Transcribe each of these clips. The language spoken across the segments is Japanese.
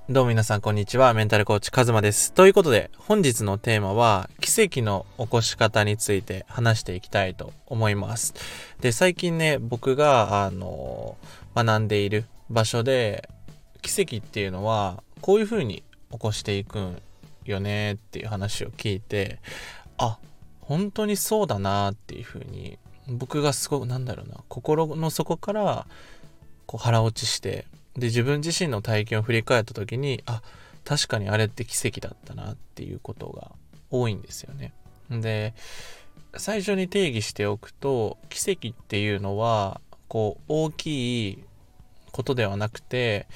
どうも皆さんこんにちは。メンタルコーチカズマです。ということで本日のテーマは奇跡の起こし方について話していきたいと思います。で、最近ね、僕が学んでいる場所で奇跡っていうのはこういう風に起こしていくんよねっていう話を聞いて、本当にそうだなっていう風に僕がすごく心の底から腹落ちして、で自分自身の体験を振り返った時に確かにあれって奇跡だったなっていうことが多いんですよね。で、最初に定義しておくと、奇跡っていうのは大きいことではなくて、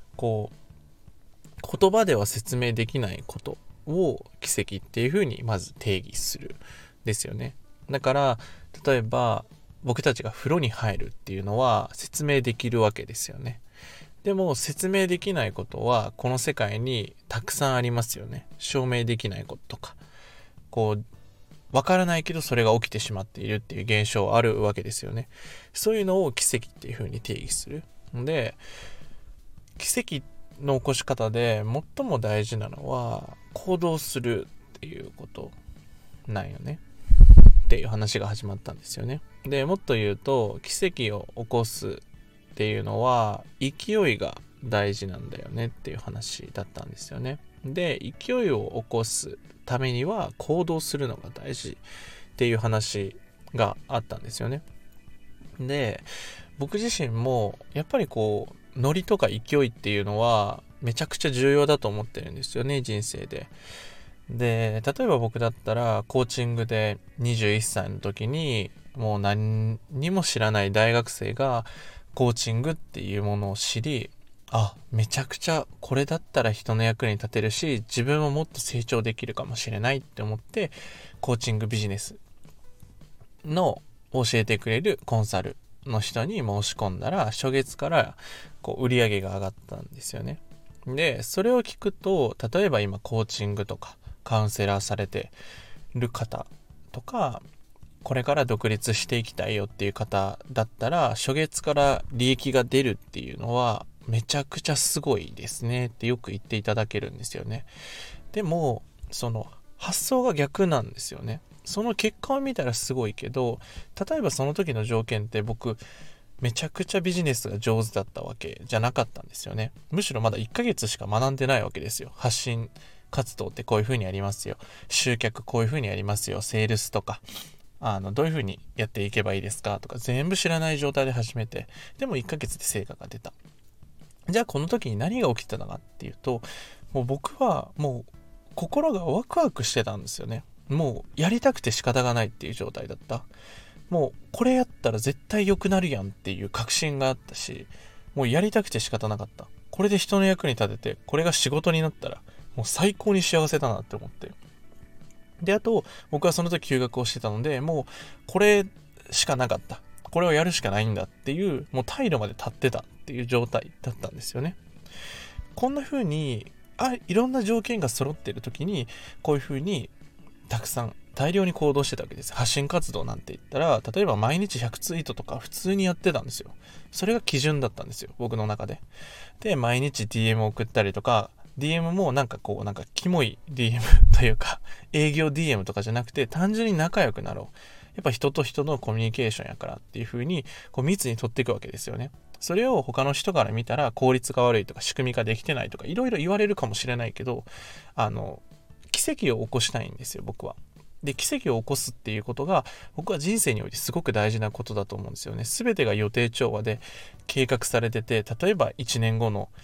言葉では説明できないことを奇跡っていうふうにまず定義するですよね。だから例えば僕たちが風呂に入るっていうのは説明できるわけですよね。でも説明できないことはこの世界にたくさんありますよね。証明できないこととか、わからないけどそれが起きてしまっているっていう現象あるわけですよね。そういうのを奇跡っていう風に定義する。で、奇跡の起こし方で最も大事なのは行動するっていうことなんよねっていう話が始まったんですよね。で、もっと言うと奇跡を起こすっていうのは勢いが大事なんだよねっていう話だったんですよね。で、勢いを起こすためには行動するのが大事っていう話があったんですよね。で、僕自身もやっぱりノリとか勢いっていうのはめちゃくちゃ重要だと思ってるんですよね、人生で。で、例えば僕だったらコーチングで21歳の時にもう何にも知らない大学生がコーチングっていうものを知り、めちゃくちゃこれだったら人の役に立てるし、自分ももっと成長できるかもしれないって思って、コーチングビジネスの教えてくれるコンサルの人に申し込んだら、初月から売り上げが上がったんですよね。で、それを聞くと、例えば今コーチングとかカウンセラーされてる方とか、これから独立していきたいよっていう方だったら、初月から利益が出るっていうのはめちゃくちゃすごいですねってよく言っていただけるんですよね。でもその発想が逆なんですよね。その結果を見たらすごいけど、例えばその時の条件って僕めちゃくちゃビジネスが上手だったわけじゃなかったんですよね。むしろまだ1ヶ月しか学んでないわけですよ。発信活動ってこういう風にやりますよ、集客こういう風にやりますよ、セールスとかどういう風にやっていけばいいですかとか全部知らない状態で始めて、でも1ヶ月で成果が出た。じゃあこの時に何が起きてたのかっていうと、もう僕はもう心がワクワクしてたんですよね。もうやりたくて仕方がないっていう状態だった。もうこれやったら絶対良くなるやんっていう確信があったし、もうやりたくて仕方なかった。これで人の役に立てて、これが仕事になったらもう最高に幸せだなって思って。で、あと僕はその時休学をしてたので、もうこれしかなかった、これをやるしかないんだっていう、もう退路まで立ってたっていう状態だったんですよね。こんな風にいろんな条件が揃っている時にこういう風にたくさん大量に行動してたわけです。発信活動なんて言ったら、例えば毎日100ツイートとか普通にやってたんですよ。それが基準だったんですよ、僕の中で。で、毎日 DM 送ったりとか、DM もキモい DM というか営業 DM とかじゃなくて、単純に仲良くなろう、やっぱ人と人のコミュニケーションやからっていう風に密に取っていくわけですよね。それを他の人から見たら効率が悪いとか仕組みができてないとかいろいろ言われるかもしれないけど、奇跡を起こしたいんですよ、僕は。で、奇跡を起こすっていうことが僕は人生においてすごく大事なことだと思うんですよね。全てが予定調和で計画されてて、例えば1年後の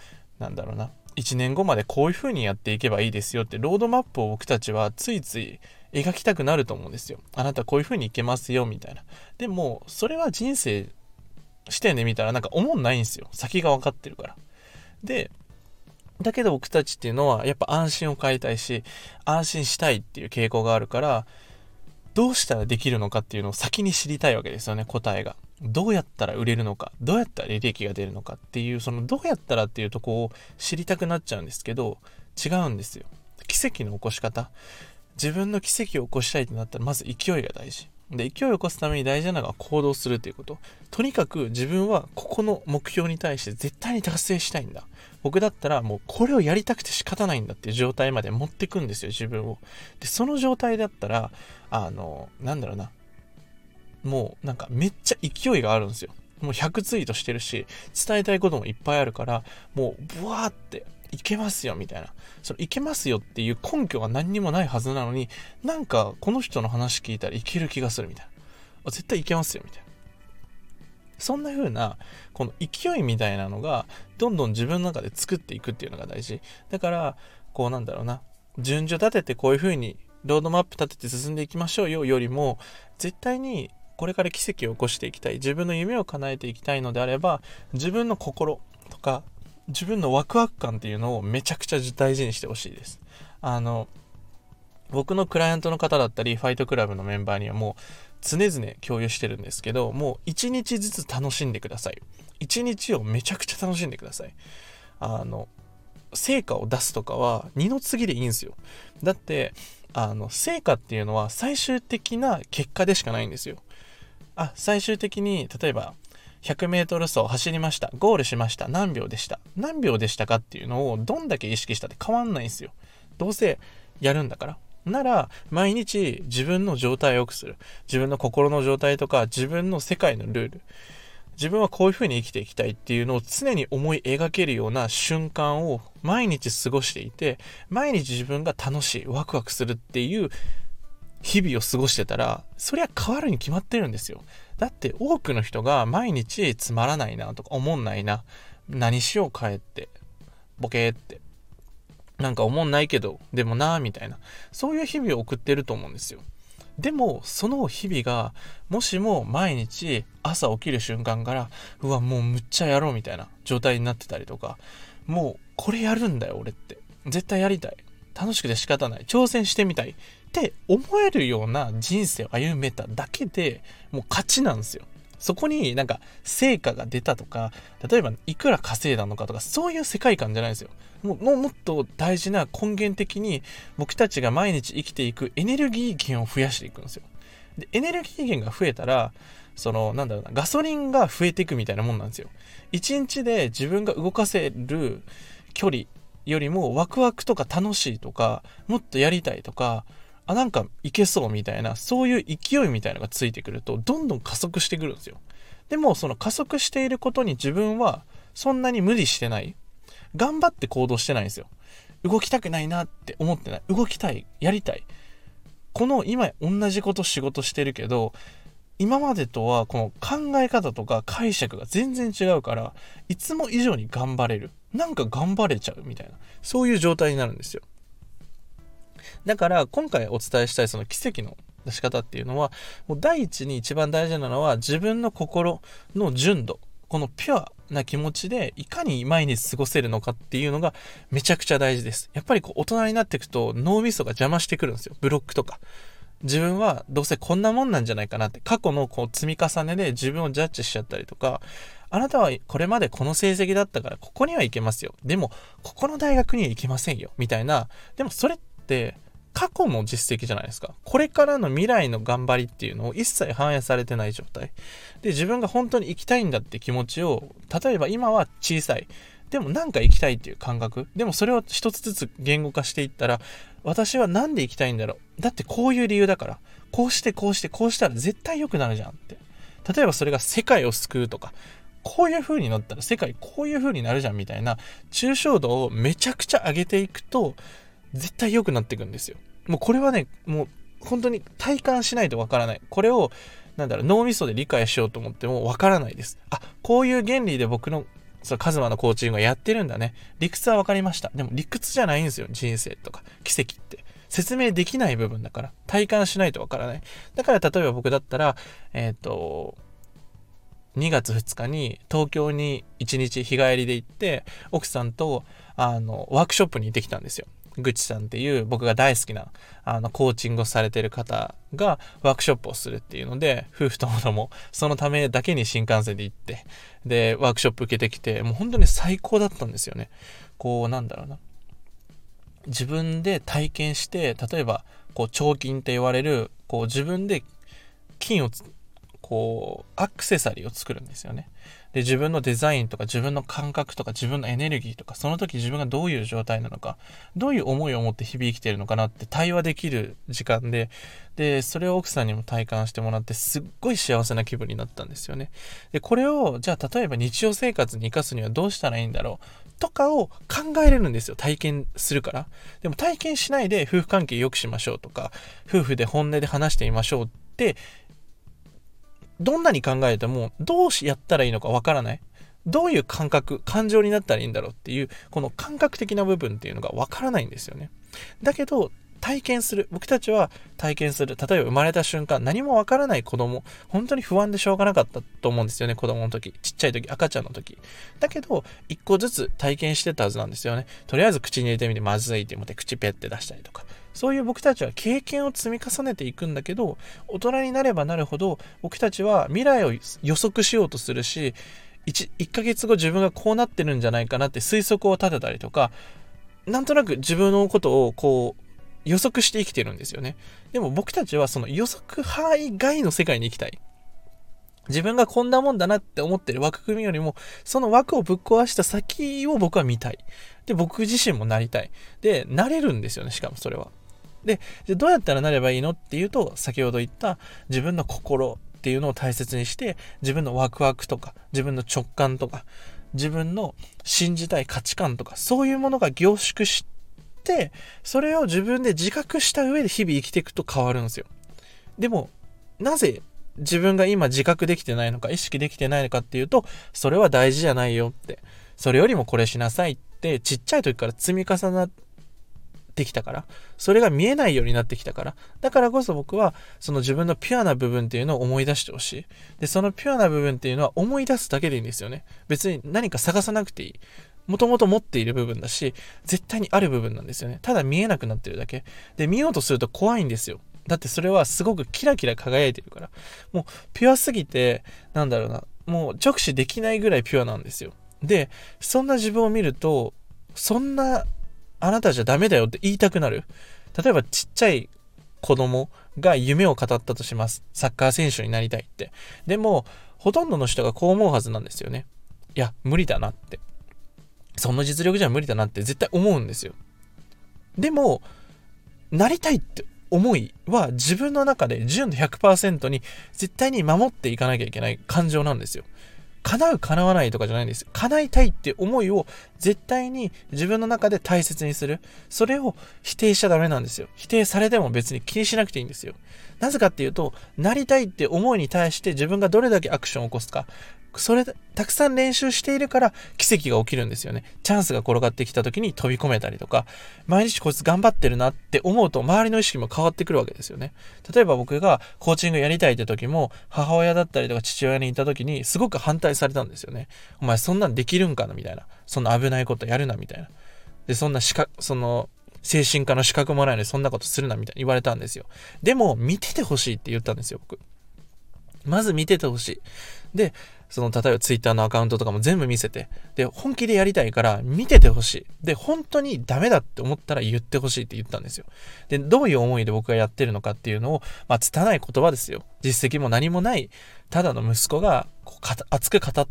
1年後までこういう風にやっていけばいいですよってロードマップを僕たちはついつい描きたくなると思うんですよ。あなたこういう風にいけますよみたいな。でもそれは人生視点で見たら思んないんですよ。先が分かってるから。で、だけど僕たちっていうのはやっぱ安心を買いたいし、安心したいっていう傾向があるから、どうしたらできるのかっていうのを先に知りたいわけですよね、答えが。どうやったら売れるのか、どうやったら利益が出るのかっていう、そのどうやったらっていうとこを知りたくなっちゃうんですけど、違うんですよ。奇跡の起こし方。自分の奇跡を起こしたいとなったらまず勢いが大事。 で、勢いを起こすために大事なのは行動するということ。とにかく自分はここの目標に対して絶対に達成したいんだ。僕だったらもうこれをやりたくて仕方ないんだっていう状態まで持ってくんですよ、自分を。で、その状態だったら、なんだろうな。もうなんかめっちゃ勢いがあるんですよ。もう100ツイートしてるし、伝えたいこともいっぱいあるから、もうブワーっていけますよみたいな。そのいけますよっていう根拠が何にもないはずなのに、なんかこの人の話聞いたらいける気がするみたいな。絶対いけますよみたいな。そんな風なこの勢いみたいなのがどんどん自分の中で作っていくっていうのが大事だから、こうなんだろうな、順序立ててこういう風にロードマップ立てて進んでいきましょうよりも、絶対にこれから奇跡を起こしていきたい、自分の夢を叶えていきたいのであれば、自分の心とか自分のワクワク感っていうのをめちゃくちゃ大事にしてほしいです。僕のクライアントの方だったりファイトクラブのメンバーにはもう常々共有してるんですけど、もう一日ずつ楽しんでください。一日をめちゃくちゃ楽しんでください。成果を出すとかは二の次でいいんですよ。だって成果っていうのは最終的な結果でしかないんですよ。最終的に例えば100メートル走走りました、ゴールしました、何秒でしたかっていうのをどんだけ意識したって変わんないんですよ。どうせやるんだからなら、毎日自分の状態を良くする、自分の心の状態とか自分の世界のルール、自分はこういう風に生きていきたいっていうのを常に思い描けるような瞬間を毎日過ごしていて、毎日自分が楽しい、ワクワクするっていう日々を過ごしてたら、そりゃ変わるに決まってるんですよ。だって多くの人が毎日つまらないなとか思んないな、何しよう帰ってボケーってなんか思んないけどでもなみたいな、そういう日々を送ってると思うんですよ。でもその日々がもしも毎日朝起きる瞬間からうわもうむっちゃやろうみたいな状態になってたりとか、もうこれやるんだよ俺って、絶対やりたい、楽しくて仕方ない、挑戦してみたいって思えるような人生を歩めただけでもう勝ちなんですよ。そこになんか成果が出たとか、例えばいくら稼いだのかとか、そういう世界観じゃないんですよ。もっと大事な根源的に僕たちが毎日生きていくエネルギー源を増やしていくんですよ。でエネルギー源が増えたら、ガソリンが増えていくみたいなもんなんですよ。一日で自分が動かせる距離よりもワクワクとか楽しいとかもっとやりたいとか、なんかいけそうみたいな、そういう勢いみたいなのがついてくるとどんどん加速してくるんですよ。でもその加速していることに自分はそんなに無理してない、頑張って行動してないんですよ。動きたくないなって思ってない、動きたい、やりたい、この今同じこと仕事してるけど今までとはこの考え方とか解釈が全然違うから、いつも以上に頑張れる、なんか頑張れちゃうみたいな、そういう状態になるんですよ。だから今回お伝えしたいその奇跡の出し方っていうのは、もう第一に一番大事なのは自分の心の純度、このピュアな気持ちでいかに毎日過ごせるのかっていうのがめちゃくちゃ大事です。やっぱり大人になっていくと脳みそが邪魔してくるんですよ。ブロックとか、自分はどうせこんなもんなんじゃないかなって、過去の積み重ねで自分をジャッジしちゃったりとか、あなたはこれまでこの成績だったからここには行けますよ、でもここの大学には行けませんよみたいな。でもそれって過去の実績じゃないですか。これからの未来の頑張りっていうのを一切反映されてない状態で、自分が本当に行きたいんだって気持ちを、例えば今は小さい、でもなんか行きたいっていう感覚、でもそれを一つずつ言語化していったら、私はなんで行きたいんだろう、だってこういう理由だから、こうしてこうしてこうしたら絶対良くなるじゃんって。例えばそれが世界を救うとか、こういう風になったら世界こういう風になるじゃんみたいな抽象度をめちゃくちゃ上げていくと絶対良くなっていくんですよ。もうこれはね、もう本当に体感しないとわからない。これを脳みそで理解しようと思ってもわからないです。こういう原理で僕のカズマのコーチングはやってるんだね。理屈は分かりました。でも理屈じゃないんですよ。人生とか奇跡って説明できない部分だから、体感しないと分からない。だから例えば僕だったら2月2日に東京に1日日帰りで行って、奥さんとワークショップに行ってきたんですよ。ぐちさんっていう僕が大好きなコーチングをされてる方がワークショップをするっていうので、夫婦ともどもそのためだけに新幹線で行って、でワークショップ受けてきて、もう本当に最高だったんですよね。自分で体験して、例えば腸筋って言われる自分でアクセサリーを作るんですよね。で、自分のデザインとか自分の感覚とか自分のエネルギーとか、その時自分がどういう状態なのか、どういう思いを持って響きているのかなって対話できる時間で、それを奥さんにも体感してもらって、すっごい幸せな気分になったんですよね。で、これをじゃあ例えば日常生活に生かすにはどうしたらいいんだろうとかを考えれるんですよ。体験するから。でも体験しないで夫婦関係良くしましょうとか、夫婦で本音で話してみましょうってどんなに考えてもどうやったらいいのかわからない。どういう感情になったらいいんだろうっていう、この感覚的な部分っていうのがわからないんですよね。だけど、僕たちは体験する。例えば生まれた瞬間、何もわからない子供、本当に不安でしょうがなかったと思うんですよね。子供の時、ちっちゃい時、赤ちゃんの時。だけど、一個ずつ体験してたはずなんですよね。とりあえず口に入れてみてまずいって思って口ペッて出したりとか。そういう僕たちは経験を積み重ねていくんだけど、大人になればなるほど、僕たちは未来を予測しようとするし、1ヶ月後自分がこうなってるんじゃないかなって推測を立てたりとか、なんとなく自分のことを予測して生きてるんですよね。でも僕たちはその予測範囲外の世界に行きたい。自分がこんなもんだなって思ってる枠組みよりも、その枠をぶっ壊した先を僕は見たい。で、僕自身もなりたい。で、なれるんですよね、しかもそれは。で、どうやったらなればいいのっていうと、先ほど言った自分の心っていうのを大切にして、自分のワクワクとか、自分の直感とか、自分の信じたい価値観とか、そういうものが凝縮して、それを自分で自覚した上で日々生きていくと変わるんですよ。でも、なぜ自分が今自覚できてないのか、意識できてないのかっていうと、それは大事じゃないよって、それよりもこれしなさいって、ちっちゃい時から積み重なってきたから、それが見えないようになってきたから、だからこそ僕はその自分のピュアな部分っていうのを思い出してほしい。で、そのピュアな部分っていうのは思い出すだけでいいんですよね。別に何か探さなくていい。もともと持っている部分だし、絶対にある部分なんですよね。ただ見えなくなってるだけ。で、見ようとすると怖いんですよ。だってそれはすごくキラキラ輝いてるから。もうピュアすぎて、もう直視できないぐらいピュアなんですよ。で、そんな自分を見ると、そんなあなたじゃダメだよって言いたくなる。例えばちっちゃい子供が夢を語ったとします。サッカー選手になりたいって。でも、ほとんどの人がこう思うはずなんですよね。いや、無理だなって。その実力じゃ無理だなって絶対思うんですよ。でも、なりたいって思いは自分の中で純度 100% に絶対に守っていかなきゃいけない感情なんですよ。叶う叶わないとかじゃないんですよ。叶いたいって思いを絶対に自分の中で大切にする。それを否定しちゃダメなんですよ。否定されても別に気にしなくていいんですよ。なぜかっていうと、なりたいって思いに対して自分がどれだけアクションを起こすか、それたくさん練習しているから奇跡が起きるんですよね。チャンスが転がってきた時に飛び込めたりとか、毎日こいつ頑張ってるなって思うと周りの意識も変わってくるわけですよね。例えば僕がコーチングやりたいって時も、母親だったりとか父親にいた時にすごく反対されたんですよね。お前そんなんできるんかなみたいな。そんな危ないことやるなみたいな。で、そんな精神科の資格もないのにそんなことするなみたいに言われたんですよ。でも見ててほしいって言ったんですよ、僕。まず見ててほしい。で、例えばツイッターのアカウントとかも全部見せて、で、本気でやりたいから見ててほしい。で、本当にダメだって思ったら言ってほしいって言ったんですよ。で、どういう思いで僕がやってるのかっていうのを、拙い言葉ですよ。実績も何もない、ただの息子が熱く語った、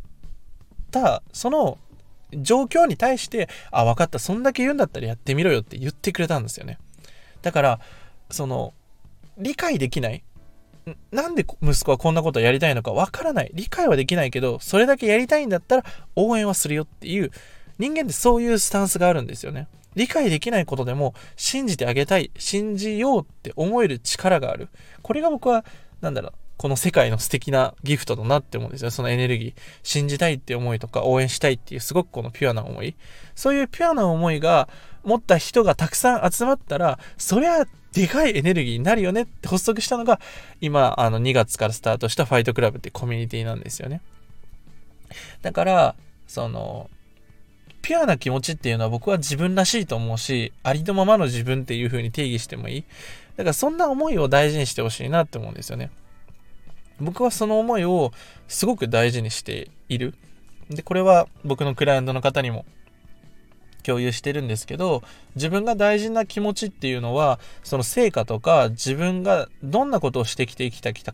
その状況に対して、分かった、そんだけ言うんだったらやってみろよって言ってくれたんですよね。だから、理解できない。なんで息子はこんなことやりたいのかわからない。理解はできないけど、それだけやりたいんだったら応援はするよっていう、人間ってそういうスタンスがあるんですよね。理解できないことでも信じてあげたい、信じようって思える力がある。これが僕は、この世界の素敵なギフトだなって思うんですよ。そのエネルギー。信じたいって思いとか応援したいっていうすごくこのピュアな思い。そういうピュアな思いが持った人がたくさん集まったら、そりゃでかいエネルギーになるよねって発足したのが、今、2月からスタートしたファイトクラブっていうコミュニティなんですよね。だから、ピュアな気持ちっていうのは僕は自分らしいと思うし、ありのままの自分っていう風に定義してもいい。だからそんな思いを大事にしてほしいなって思うんですよね。僕はその思いをすごく大事にしている。で、これは僕のクライアントの方にも共有してるんですけど、自分が大事な気持ちっていうのは、その成果とか自分がどんなことをしてきたかっ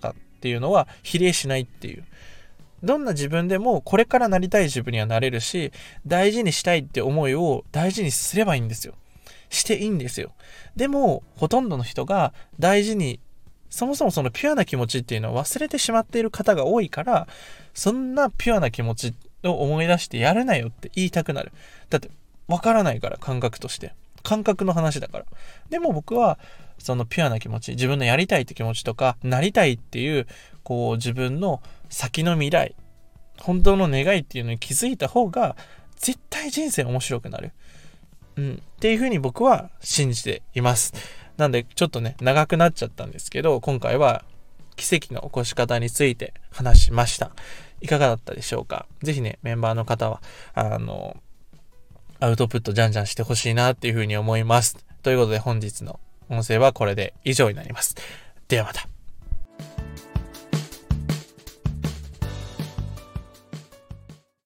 っていうのは比例しないっていう。どんな自分でもこれからなりたい自分にはなれるし、大事にしたいって思いを大事にすればいいんですよ。していいんですよ。でもほとんどの人が大事に、そもそもそのピュアな気持ちっていうのを忘れてしまっている方が多いから、そんなピュアな気持ちを思い出してやるなよって言いたくなる。だってわからないから、感覚として感覚の話だから。でも僕はそのピュアな気持ち、自分のやりたいって気持ちとか、なりたいっていう自分の先の未来、本当の願いっていうのに気づいた方が絶対人生面白くなる。っていうふうに僕は信じています。なんでちょっとね、長くなっちゃったんですけど、今回は奇跡の起こし方について話しました。いかがだったでしょうか。ぜひね、メンバーの方はアウトプットじゃんじゃんしてほしいなっていうふうに思います。ということで本日の音声はこれで以上になります。ではまた。